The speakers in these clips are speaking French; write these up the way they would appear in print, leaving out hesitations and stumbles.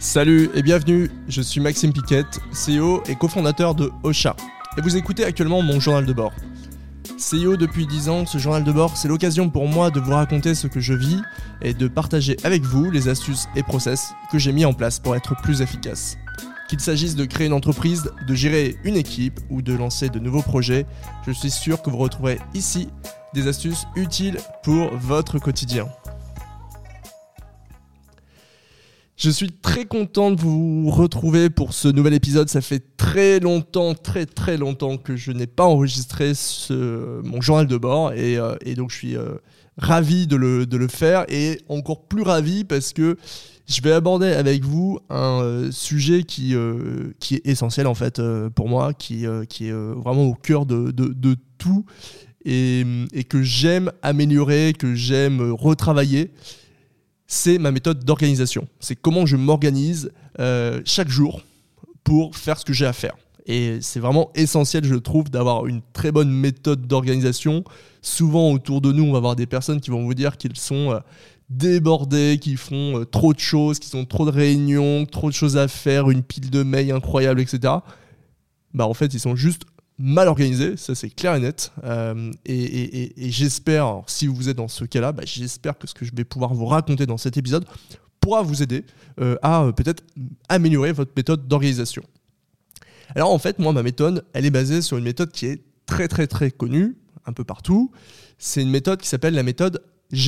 Salut et bienvenue, je suis Maxime Piquette, CEO et cofondateur de Ocha. Et vous écoutez actuellement mon journal de bord. CEO depuis 10 ans, ce journal de bord, c'est l'occasion pour moi de vous raconter ce que je vis et de partager avec vous les astuces et process que j'ai mis en place pour être plus efficace. Qu'il s'agisse de créer une entreprise, de gérer une équipe ou de lancer de nouveaux projets, je suis sûr que vous retrouverez ici des astuces utiles pour votre quotidien. Je suis très content de vous retrouver pour ce nouvel épisode. Ça fait très longtemps que je n'ai pas enregistré mon journal de bord et donc je suis ravi de le faire et encore plus ravi parce que je vais aborder avec vous un sujet qui est essentiel en fait pour moi, qui est vraiment au cœur de tout et que j'aime améliorer, que j'aime retravailler. C'est ma méthode d'organisation. C'est comment je m'organise chaque jour pour faire ce que j'ai à faire. Et c'est vraiment essentiel, je trouve, d'avoir une très bonne méthode d'organisation. Souvent, autour de nous, on va avoir des personnes qui vont vous dire qu'ils sont débordés, qu'ils font trop de choses, qu'ils ont trop de réunions, trop de choses à faire, une pile de mails incroyable, etc. En fait, ils sont juste mal organisé, ça c'est clair et net, et j'espère, alors, si vous êtes dans ce cas-là, j'espère que ce que je vais pouvoir vous raconter dans cet épisode pourra vous aider à peut-être améliorer votre méthode d'organisation. Alors en fait, moi ma méthode, elle est basée sur une méthode qui est très très très connue, un peu partout. C'est une méthode qui s'appelle la méthode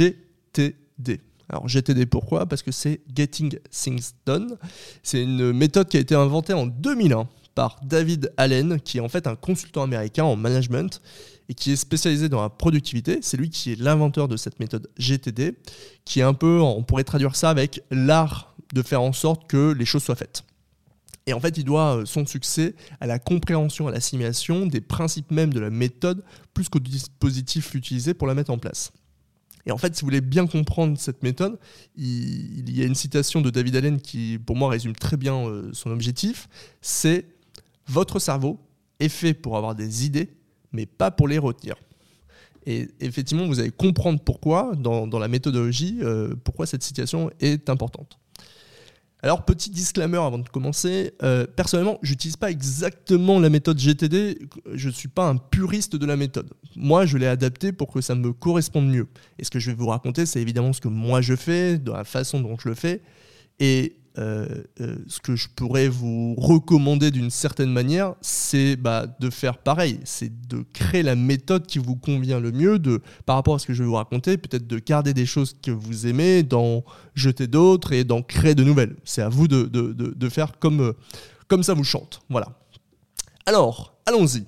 GTD. Alors GTD pourquoi ? Parce que c'est Getting Things Done. C'est une méthode qui a été inventée en 2001 par David Allen, qui est en fait un consultant américain en management et qui est spécialisé dans la productivité. C'est lui qui est l'inventeur de cette méthode GTD, qui est un peu, on pourrait traduire ça avec l'art de faire en sorte que les choses soient faites. Et en fait, il doit son succès à la compréhension, à l'assimilation des principes même de la méthode, plus qu'au dispositif utilisé pour la mettre en place. Et en fait, si vous voulez bien comprendre cette méthode, il y a une citation de David Allen qui, pour moi, résume très bien son objectif. C'est « Votre cerveau est fait pour avoir des idées, mais pas pour les retenir ». Et effectivement, vous allez comprendre pourquoi, dans la méthodologie, pourquoi cette citation est importante. Alors, petit disclaimer avant de commencer, personnellement, je n'utilise pas exactement la méthode GTD, je ne suis pas un puriste de la méthode. Moi, je l'ai adaptée pour que ça me corresponde mieux. Et ce que je vais vous raconter, c'est évidemment ce que moi je fais, de la façon dont je le fais, et ce que je pourrais vous recommander d'une certaine manière, c'est de faire pareil, c'est de créer la méthode qui vous convient le mieux, par rapport à ce que je vais vous raconter, peut-être de garder des choses que vous aimez, d'en jeter d'autres et d'en créer de nouvelles. C'est à vous de faire comme ça vous chante. Voilà. Alors, allons-y.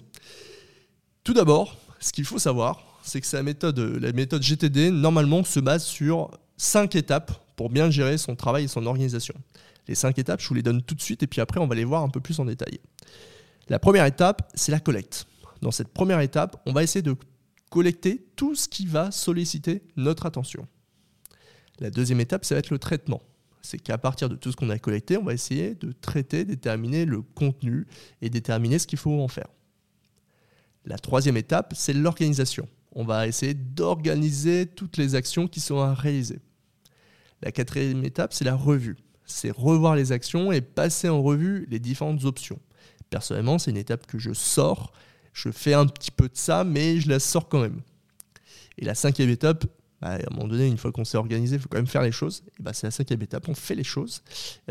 Tout d'abord, ce qu'il faut savoir, c'est que la méthode GTD, normalement, se base sur 5 étapes pour bien gérer son travail et son organisation. Les 5 étapes, je vous les donne tout de suite et puis après, on va les voir un peu plus en détail. La première étape, c'est la collecte. Dans cette première étape, on va essayer de collecter tout ce qui va solliciter notre attention. La deuxième étape, ça va être le traitement. C'est qu'à partir de tout ce qu'on a collecté, on va essayer de traiter, déterminer le contenu et déterminer ce qu'il faut en faire. La troisième étape, c'est l'organisation. On va essayer d'organiser toutes les actions qui sont à réaliser. La quatrième étape, c'est la revue. C'est revoir les actions et passer en revue les différentes options. Personnellement, c'est une étape que je sors. Je fais un petit peu de ça, mais je la sors quand même. Et la cinquième étape, à un moment donné, une fois qu'on s'est organisé, il faut quand même faire les choses. Et c'est la cinquième étape, on fait les choses.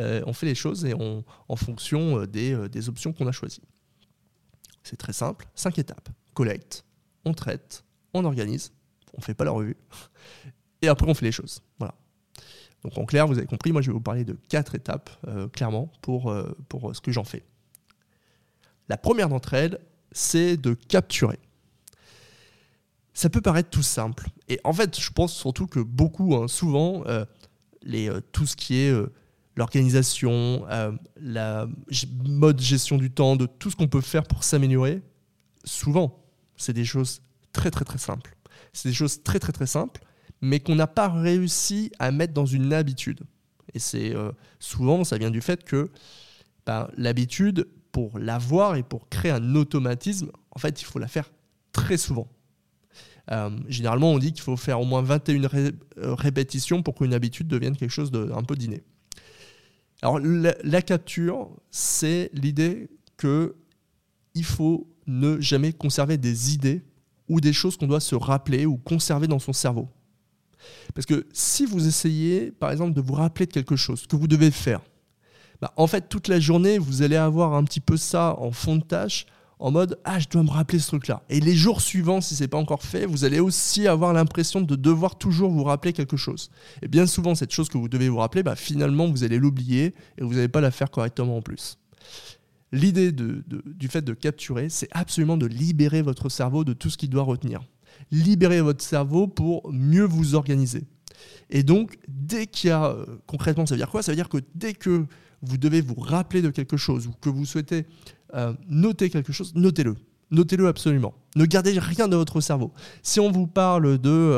En fonction des options qu'on a choisies. C'est très simple, 5 étapes. Collecte, on traite, on organise, on ne fait pas la revue. Et après, on fait les choses. Voilà. Donc en clair, vous avez compris, moi je vais vous parler de 4 étapes, clairement, pour ce que j'en fais. La première d'entre elles, c'est de capturer. Ça peut paraître tout simple. Et en fait, je pense surtout que beaucoup, souvent, tout ce qui est l'organisation, la mode gestion du temps, de tout ce qu'on peut faire pour s'améliorer, souvent, c'est des choses très très très simples. C'est des choses très très très simples, mais qu'on n'a pas réussi à mettre dans une habitude. Et c'est souvent, ça vient du fait que l'habitude, pour l'avoir et pour créer un automatisme, en fait, il faut la faire très souvent. Généralement, on dit qu'il faut faire au moins 21 répétitions pour qu'une habitude devienne quelque chose d'un peu d'inné. Alors la capture, c'est l'idée qu'il faut ne jamais conserver des idées ou des choses qu'on doit se rappeler ou conserver dans son cerveau. Parce que si vous essayez, par exemple, de vous rappeler de quelque chose que vous devez faire, en fait, toute la journée, vous allez avoir un petit peu ça en fond de tâche, en mode « Ah, je dois me rappeler ce truc-là ». Et les jours suivants, si ce n'est pas encore fait, vous allez aussi avoir l'impression de devoir toujours vous rappeler quelque chose. Et bien souvent, cette chose que vous devez vous rappeler, finalement, vous allez l'oublier et vous n'allez pas la faire correctement en plus. L'idée du fait de capturer, c'est absolument de libérer votre cerveau de tout ce qu'il doit retenir. Libérer votre cerveau pour mieux vous organiser. Et donc, dès qu'il y a... concrètement, ça veut dire quoi ? Ça veut dire que dès que vous devez vous rappeler de quelque chose ou que vous souhaitez noter quelque chose, notez-le. Notez-le absolument. Ne gardez rien de votre cerveau. Si on vous parle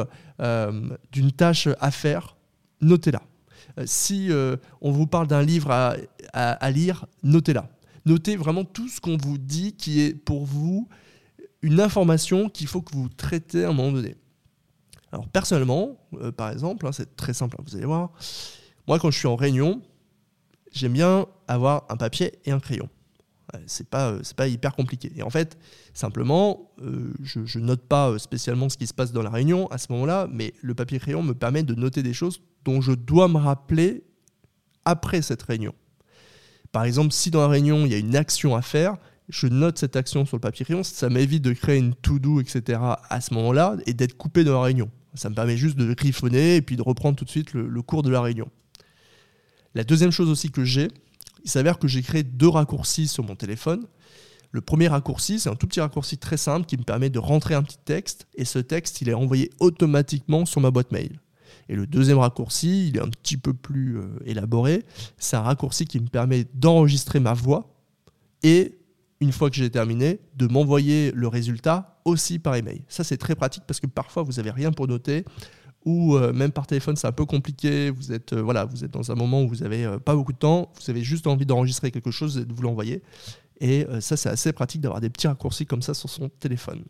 d'une tâche à faire, notez-la. Si on vous parle d'un livre à lire, notez-la. Notez vraiment tout ce qu'on vous dit qui est pour vous une information qu'il faut que vous traitez à un moment donné. Alors personnellement, par exemple, c'est très simple, vous allez voir, moi quand je suis en réunion, j'aime bien avoir un papier et un crayon. C'est pas hyper compliqué. Et en fait, simplement, je note pas spécialement ce qui se passe dans la réunion à ce moment-là, mais le papier et le crayon me permet de noter des choses dont je dois me rappeler après cette réunion. Par exemple, si dans la réunion, il y a une action à faire, je note cette action sur le papier crayon, ça m'évite de créer une to-do, etc. à ce moment-là et d'être coupé dans la réunion. Ça me permet juste de griffonner et puis de reprendre tout de suite le cours de la réunion. La deuxième chose aussi que j'ai, il s'avère que j'ai créé 2 raccourcis sur mon téléphone. Le premier raccourci, c'est un tout petit raccourci très simple qui me permet de rentrer un petit texte et ce texte, il est envoyé automatiquement sur ma boîte mail. Et le deuxième raccourci, il est un petit peu plus élaboré. C'est un raccourci qui me permet d'enregistrer ma voix et, une fois que j'ai terminé, de m'envoyer le résultat aussi par email. Ça, c'est très pratique parce que parfois, vous n'avez rien pour noter ou même par téléphone, c'est un peu compliqué. Vous êtes dans un moment où vous n'avez pas beaucoup de temps. Vous avez juste envie d'enregistrer quelque chose et de vous l'envoyer. Et ça, c'est assez pratique d'avoir des petits raccourcis comme ça sur son téléphone.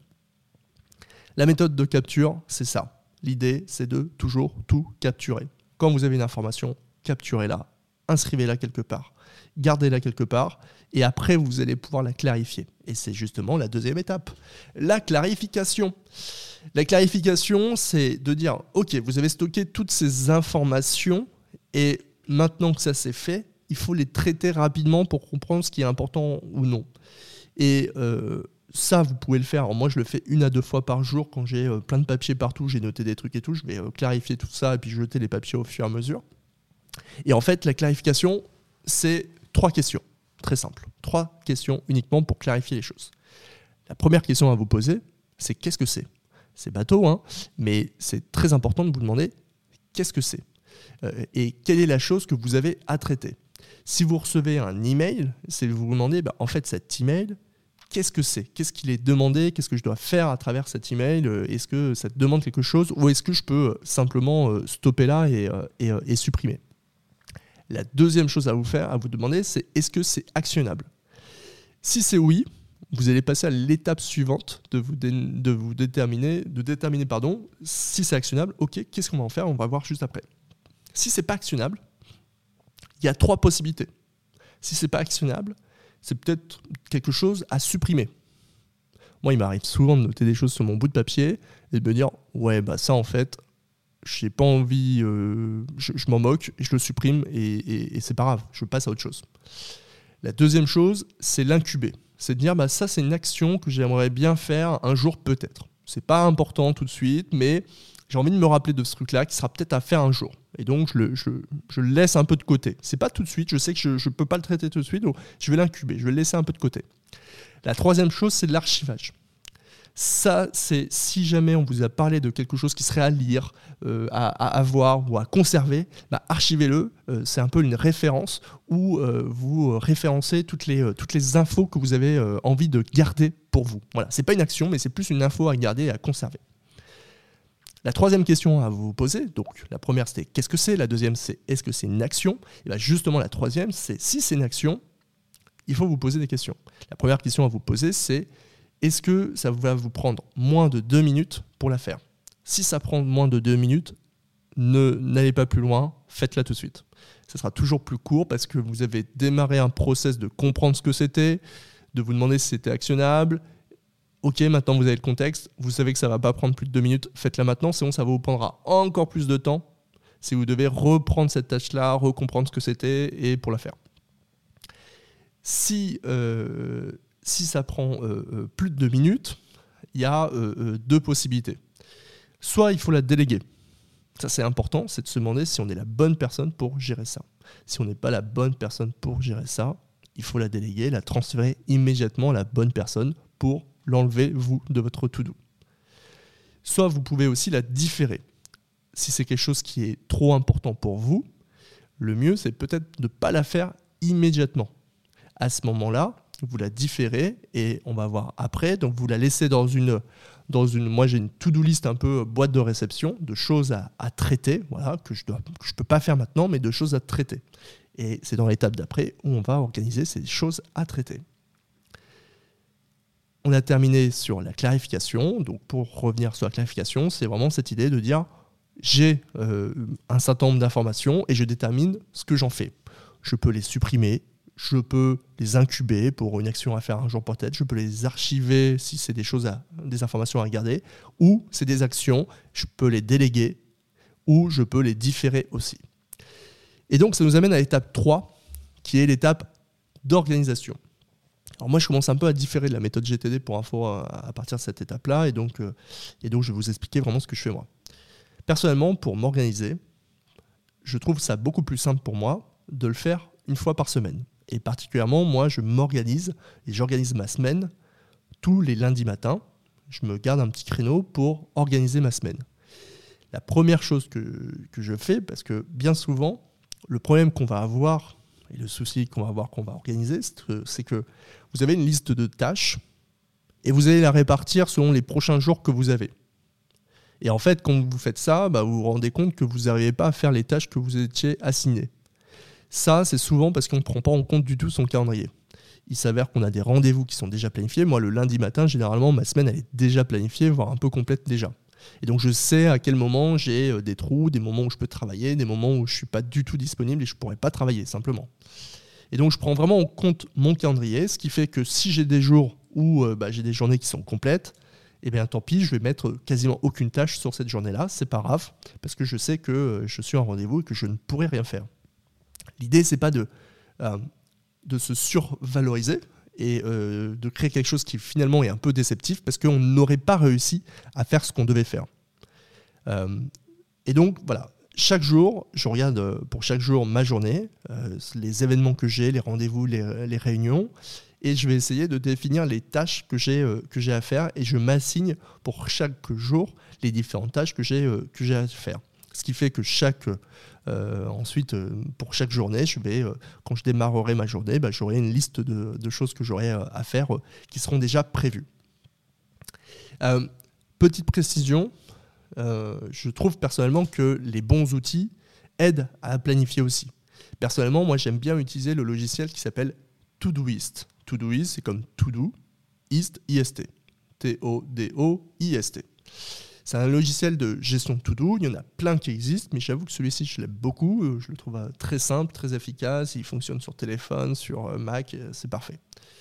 La méthode de capture, c'est ça. L'idée, c'est de toujours tout capturer. Quand vous avez une information, capturez-la, inscrivez-la quelque part, gardez-la quelque part, et après, vous allez pouvoir la clarifier. Et c'est justement la deuxième étape, la clarification. La clarification, c'est de dire, ok, vous avez stocké toutes ces informations, et maintenant que ça s'est fait, il faut les traiter rapidement pour comprendre ce qui est important ou non. Et ça, vous pouvez le faire. Alors moi, je le fais 1 à 2 fois par jour quand j'ai plein de papiers partout, j'ai noté des trucs et tout. Je vais clarifier tout ça et puis jeter les papiers au fur et à mesure. Et en fait, la clarification, c'est 3 questions. Très simple. 3 questions uniquement pour clarifier les choses. La première question à vous poser, c'est qu'est-ce que c'est ? C'est bateau, mais c'est très important de vous demander qu'est-ce que c'est ? Et quelle est la chose que vous avez à traiter ? Si vous recevez un email, c'est de vous demander, en fait, cet email, qu'est-ce que c'est ? Qu'est-ce qu'il est demandé ? Qu'est-ce que je dois faire à travers cet email ? Est-ce que ça te demande quelque chose ? Ou est-ce que je peux simplement stopper là et supprimer ? La deuxième chose à vous demander, c'est est-ce que c'est actionnable ? Si c'est oui, vous allez passer à l'étape suivante de déterminer si c'est actionnable. Ok, qu'est-ce qu'on va en faire ? On va voir juste après. Si c'est pas actionnable, il y a 3 possibilités. Si c'est pas actionnable, c'est peut-être quelque chose à supprimer. Moi, il m'arrive souvent de noter des choses sur mon bout de papier et de me dire « Ouais, ça, en fait, j'ai pas envie, je m'en moque, je le supprime et c'est pas grave, je passe à autre chose. » La deuxième chose, c'est l'incuber. C'est de dire « Ça, c'est une action que j'aimerais bien faire un jour peut-être. C'est pas important tout de suite, mais j'ai envie de me rappeler de ce truc-là qui sera peut-être à faire un jour. » Et donc, je le laisse un peu de côté. C'est pas tout de suite, je sais que je ne peux pas le traiter tout de suite, donc je vais l'incuber, je vais le laisser un peu de côté. La troisième chose, c'est de l'archivage. Ça, c'est si jamais on vous a parlé de quelque chose qui serait à lire, à avoir ou à conserver, archivez-le. C'est un peu une référence où vous référencez toutes les infos que vous avez envie de garder pour vous. Voilà, c'est pas une action, mais c'est plus une info à garder et à conserver. La troisième question à vous poser, donc la première c'était qu'est-ce que c'est ? La deuxième c'est est-ce que c'est une action ? Et bien justement la troisième c'est si c'est une action, il faut vous poser des questions. La première question à vous poser c'est est-ce que ça va vous prendre moins de 2 minutes pour la faire ? Si ça prend moins de 2 minutes, n'allez pas plus loin, faites-la tout de suite. ça sera toujours plus court parce que vous avez démarré un process de comprendre ce que c'était, de vous demander si c'était actionnable. Ok, maintenant vous avez le contexte, vous savez que ça ne va pas prendre plus de 2 minutes, faites-la maintenant, sinon ça vous prendra encore plus de temps si vous devez reprendre cette tâche-là, recomprendre ce que c'était et pour la faire. Si ça prend plus de 2 minutes, il y a 2 possibilités. Soit il faut la déléguer. Ça, c'est important, c'est de se demander si on est la bonne personne pour gérer ça. Si on n'est pas la bonne personne pour gérer ça, il faut la déléguer, la transférer immédiatement à la bonne personne pour l'enlever, vous, de votre to-do. Soit vous pouvez aussi la différer. Si c'est quelque chose qui est trop important pour vous, le mieux, c'est peut-être de ne pas la faire immédiatement. À ce moment-là, vous la différez et on va voir après. Donc, vous la laissez dans une moi, j'ai une to-do list un peu boîte de réception de choses à traiter, voilà, que je peux pas faire maintenant, mais de choses à traiter. Et c'est dans l'étape d'après où on va organiser ces choses à traiter. On a terminé sur la clarification. Donc, pour revenir sur la clarification, c'est vraiment cette idée de dire j'ai un certain nombre d'informations et je détermine ce que j'en fais. Je peux les supprimer. Je peux les incuber pour une action à faire un jour peut-être. Je peux les archiver si c'est des informations à garder. Ou c'est des actions, je peux les déléguer ou je peux les différer aussi. Et donc, ça nous amène à l'étape 3, qui est l'étape d'organisation. Alors moi, je commence un peu à différer de la méthode GTD pour info à partir de cette étape-là. Et donc, je vais vous expliquer vraiment ce que je fais moi. Personnellement, pour m'organiser, je trouve ça beaucoup plus simple pour moi de le faire une fois par semaine. Et particulièrement, moi, je m'organise et j'organise ma semaine tous les lundis matins. Je me garde un petit créneau pour organiser ma semaine. La première chose que je fais, parce que bien souvent, le problème qu'on va avoir et le souci qu'on va avoir, qu'on va organiser, c'est que vous avez une liste de tâches et vous allez la répartir selon les prochains jours que vous avez. Et en fait, quand vous faites ça, vous vous rendez compte que vous n'arrivez pas à faire les tâches que vous étiez assignées. Ça, c'est souvent parce qu'on ne prend pas en compte du tout son calendrier. Il s'avère qu'on a des rendez-vous qui sont déjà planifiés. Moi, le lundi matin, généralement, ma semaine, elle est déjà planifiée, voire un peu complète déjà. Et donc, je sais à quel moment j'ai des trous, des moments où je peux travailler, des moments où je ne suis pas du tout disponible et je ne pourrais pas travailler, simplement. Et donc, je prends vraiment en compte mon calendrier, ce qui fait que si j'ai des jours où j'ai des journées qui sont complètes, eh bien, tant pis, je vais mettre quasiment aucune tâche sur cette journée-là. C'est pas grave, parce que je sais que je suis en rendez-vous et que je ne pourrai rien faire. L'idée, c'est pas de se survaloriser et de créer quelque chose qui finalement est un peu déceptif parce qu'on n'aurait pas réussi à faire ce qu'on devait faire. Et donc, voilà, chaque jour, je regarde pour chaque jour ma journée, les événements que j'ai, les rendez-vous, les réunions, et je vais essayer de définir les tâches que j'ai à faire et je m'assigne pour chaque jour les différentes tâches que j'ai à faire. Ce qui fait que ensuite, pour chaque journée, quand je démarrerai ma journée, j'aurai une liste de choses que j'aurai à faire qui seront déjà prévues. Petite précision, je trouve personnellement que les bons outils aident à planifier aussi. Personnellement, moi, j'aime bien utiliser le logiciel qui s'appelle Todoist. Todoist, c'est comme To Do, Ist, I-S-T. T-O-D-O-I-S-T. C'est un logiciel de gestion de to-do, il y en a plein qui existent, mais j'avoue que celui-ci, je l'aime beaucoup, je le trouve très simple, très efficace, il fonctionne sur téléphone, sur Mac, c'est parfait.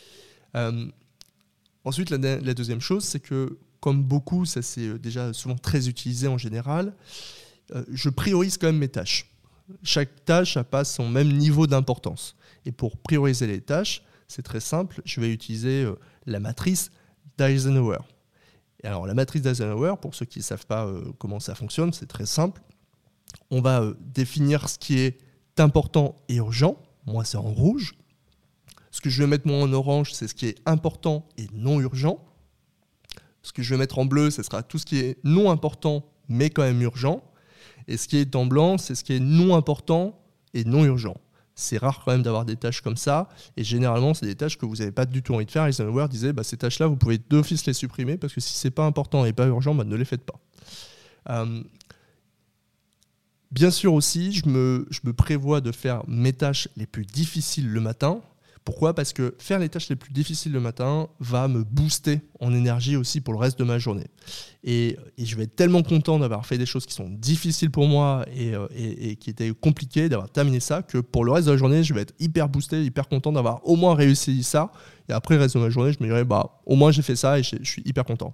Ensuite, la deuxième chose, c'est que, comme beaucoup, ça c'est déjà souvent très utilisé en général, je priorise quand même mes tâches. Chaque tâche n'a pas son même niveau d'importance. Et pour prioriser les tâches, c'est très simple, je vais utiliser la matrice d'Eisenhower. Et alors, la matrice d'Eisenhower, pour ceux qui ne savent pas comment ça fonctionne, c'est très simple. On va définir ce qui est important et urgent. Moi, c'est en rouge. Ce que je vais mettre moi en orange, c'est ce qui est important et non urgent. Ce que je vais mettre en bleu, ce sera tout ce qui est non important, mais quand même urgent. Et ce qui est en blanc, c'est ce qui est non important et non urgent. C'est rare quand même d'avoir des tâches comme ça, et généralement c'est des tâches que vous n'avez pas du tout envie de faire. Eisenhower disait ces tâches-là, vous pouvez d'office les supprimer parce que si c'est pas important et pas urgent, ne les faites pas. Bien sûr aussi, je me prévois de faire mes tâches les plus difficiles le matin Pourquoi ? Parce que faire les tâches les plus difficiles le matin va me booster en énergie aussi pour le reste de ma journée. Et je vais être tellement content d'avoir fait des choses qui sont difficiles pour moi et qui étaient compliquées, d'avoir terminé ça, que pour le reste de la journée, je vais être hyper boosté, hyper content d'avoir au moins réussi ça. Et après, le reste de ma journée, je me dirais, au moins j'ai fait ça et je suis hyper content.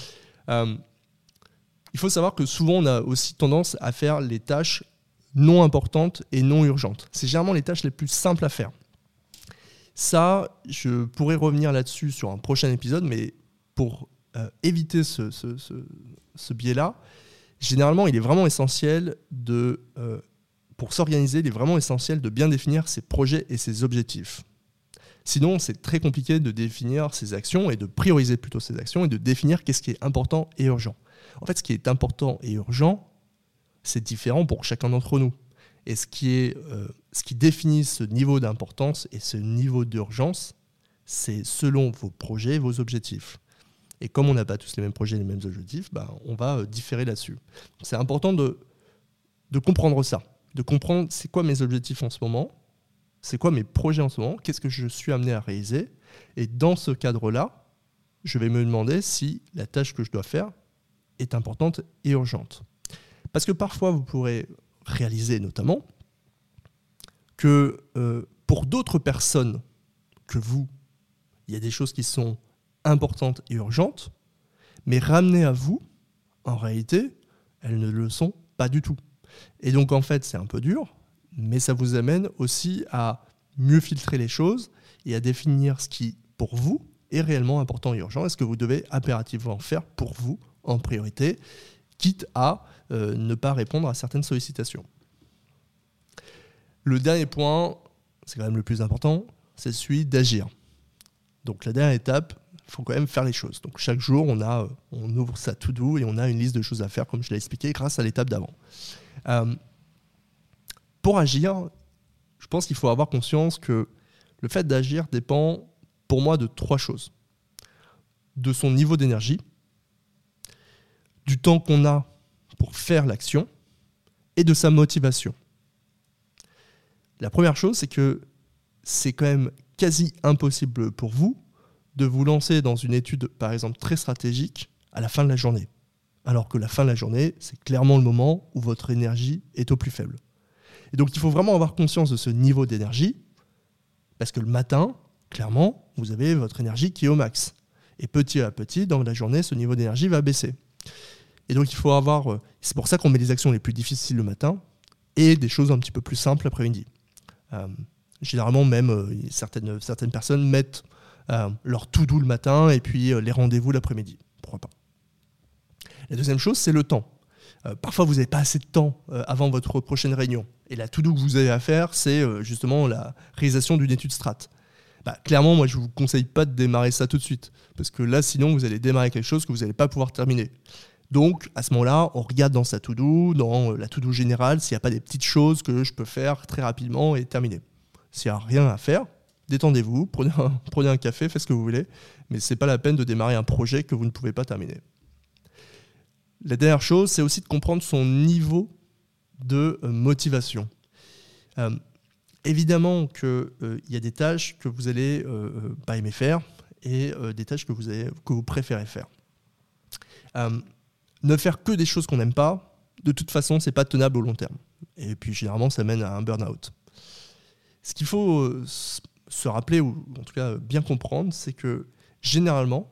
Il faut savoir que souvent, on a aussi tendance à faire les tâches non importantes et non urgentes. C'est généralement les tâches les plus simples à faire. Ça, je pourrais revenir là-dessus sur un prochain épisode, mais pour éviter ce biais-là, généralement, il est vraiment essentiel pour s'organiser, il est vraiment essentiel de bien définir ses projets et ses objectifs. Sinon, c'est très compliqué de définir ses actions et de prioriser plutôt ses actions et de définir qu'est-ce qui est important et urgent. En fait, ce qui est important et urgent, c'est différent pour chacun d'entre nous. Et ce qui définit ce niveau d'importance et ce niveau d'urgence, c'est selon vos projets et vos objectifs. Et comme on n'a pas tous les mêmes projets et les mêmes objectifs, on va différer là-dessus. Donc, c'est important de comprendre ça, de comprendre c'est quoi mes objectifs en ce moment, c'est quoi mes projets en ce moment, qu'est-ce que je suis amené à réaliser. Et dans ce cadre-là, je vais me demander si la tâche que je dois faire est importante et urgente. Parce que parfois, vous pourrez réaliser notamment que pour d'autres personnes que vous, il y a des choses qui sont importantes et urgentes, mais ramenées à vous, en réalité, elles ne le sont pas du tout. Et donc, en fait, c'est un peu dur, mais ça vous amène aussi à mieux filtrer les choses et à définir ce qui, pour vous, est réellement important et urgent, et ce que vous devez impérativement faire pour vous en priorité, quitte à ne pas répondre à certaines sollicitations. Le dernier point, c'est quand même le plus important, c'est celui d'agir. Donc la dernière étape, il faut quand même faire les choses. Donc chaque jour, on ouvre sa to-do et on a une liste de choses à faire, comme je l'ai expliqué, grâce à l'étape d'avant. Pour agir, je pense qu'il faut avoir conscience que le fait d'agir dépend pour moi de 3 choses. De son niveau d'énergie, du temps qu'on a pour faire l'action et de sa motivation. La première chose, c'est que c'est quand même quasi impossible pour vous de vous lancer dans une étude, par exemple, très stratégique à la fin de la journée. Alors que la fin de la journée, c'est clairement le moment où votre énergie est au plus faible. Et donc, il faut vraiment avoir conscience de ce niveau d'énergie, parce que le matin, clairement, vous avez votre énergie qui est au max. Et petit à petit, dans la journée, ce niveau d'énergie va baisser. Et donc, il faut avoir... c'est pour ça qu'on met les actions les plus difficiles le matin et des choses un petit peu plus simples l'après-midi. Généralement, même, certaines personnes mettent leur to-do le matin et puis les rendez-vous l'après-midi. Pourquoi pas ? La deuxième chose, c'est le temps. Parfois, vous n'avez pas assez de temps avant votre prochaine réunion. Et la to-do que vous avez à faire, c'est justement la réalisation d'une étude strat. Clairement, moi, je ne vous conseille pas de démarrer ça tout de suite. Parce que là, sinon, vous allez démarrer quelque chose que vous n'allez pas pouvoir terminer. Donc, à ce moment-là, on regarde dans sa to-do, dans la to-do générale, s'il n'y a pas des petites choses que je peux faire très rapidement et terminer. S'il n'y a rien à faire, détendez-vous, prenez un café, faites ce que vous voulez, mais ce n'est pas la peine de démarrer un projet que vous ne pouvez pas terminer. La dernière chose, c'est aussi de comprendre son niveau de motivation. Évidemment qu'il y a des tâches que vous allez pas aimer faire et des tâches que vous préférez faire. Ne faire que des choses qu'on n'aime pas, de toute façon, c'est pas tenable au long terme. Et puis généralement, ça mène à un burn-out. Ce qu'il faut se rappeler, ou en tout cas bien comprendre, c'est que généralement,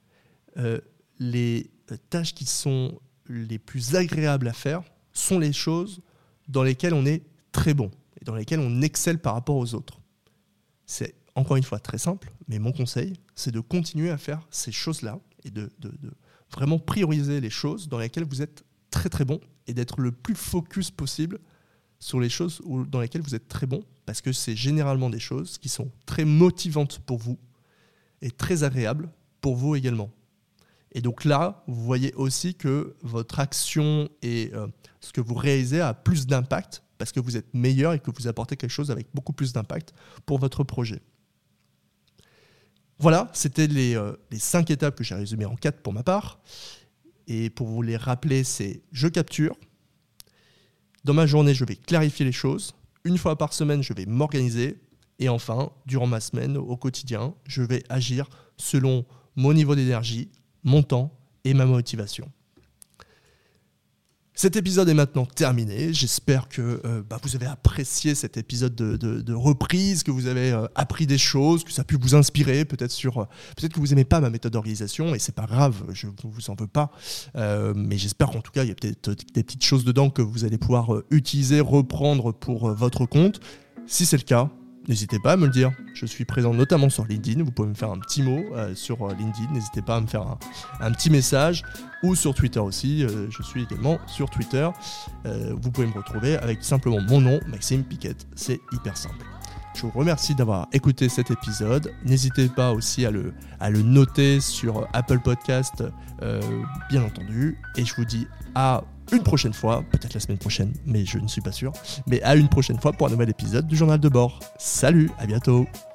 les tâches qui sont les plus agréables à faire sont les choses dans lesquelles on est très bon et dans lesquelles on excelle par rapport aux autres. C'est encore une fois très simple, mais mon conseil, c'est de continuer à faire ces choses-là et de vraiment prioriser les choses dans lesquelles vous êtes très très bon et d'être le plus focus possible sur les choses dans lesquelles vous êtes très bon, parce que c'est généralement des choses qui sont très motivantes pour vous et très agréables pour vous également. Et donc là, vous voyez aussi que votre action et ce que vous réalisez a plus d'impact parce que vous êtes meilleur et que vous apportez quelque chose avec beaucoup plus d'impact pour votre projet. Voilà, c'était les 5 étapes que j'ai résumées en 4 pour ma part. Et pour vous les rappeler, c'est je capture. Dans ma journée, je vais clarifier les choses. Une fois par semaine, je vais m'organiser. Et enfin, durant ma semaine, au quotidien, je vais agir selon mon niveau d'énergie, mon temps et ma motivation. Cet épisode est maintenant terminé. J'espère que vous avez apprécié cet épisode de reprise, que vous avez appris des choses, que ça a pu vous inspirer, peut-être que vous n'aimez pas ma méthode d'organisation, et c'est pas grave, je ne vous en veux pas. Mais j'espère qu'en tout cas, il y a peut-être des petites choses dedans que vous allez pouvoir utiliser, reprendre pour votre compte. Si c'est le cas, n'hésitez pas à me le dire. Je suis présent notamment sur LinkedIn. Vous pouvez me faire un petit mot sur LinkedIn. N'hésitez pas à me faire un petit message. Ou sur Twitter aussi. Je suis également sur Twitter. Vous pouvez me retrouver avec simplement mon nom, Maxime Piquette. C'est hyper simple. Je vous remercie d'avoir écouté cet épisode. N'hésitez pas aussi à le noter sur Apple Podcast, bien entendu. Et je vous dis à une prochaine fois, peut-être la semaine prochaine, mais je ne suis pas sûr. Mais à une prochaine fois pour un nouvel épisode du Journal de bord. Salut, à bientôt.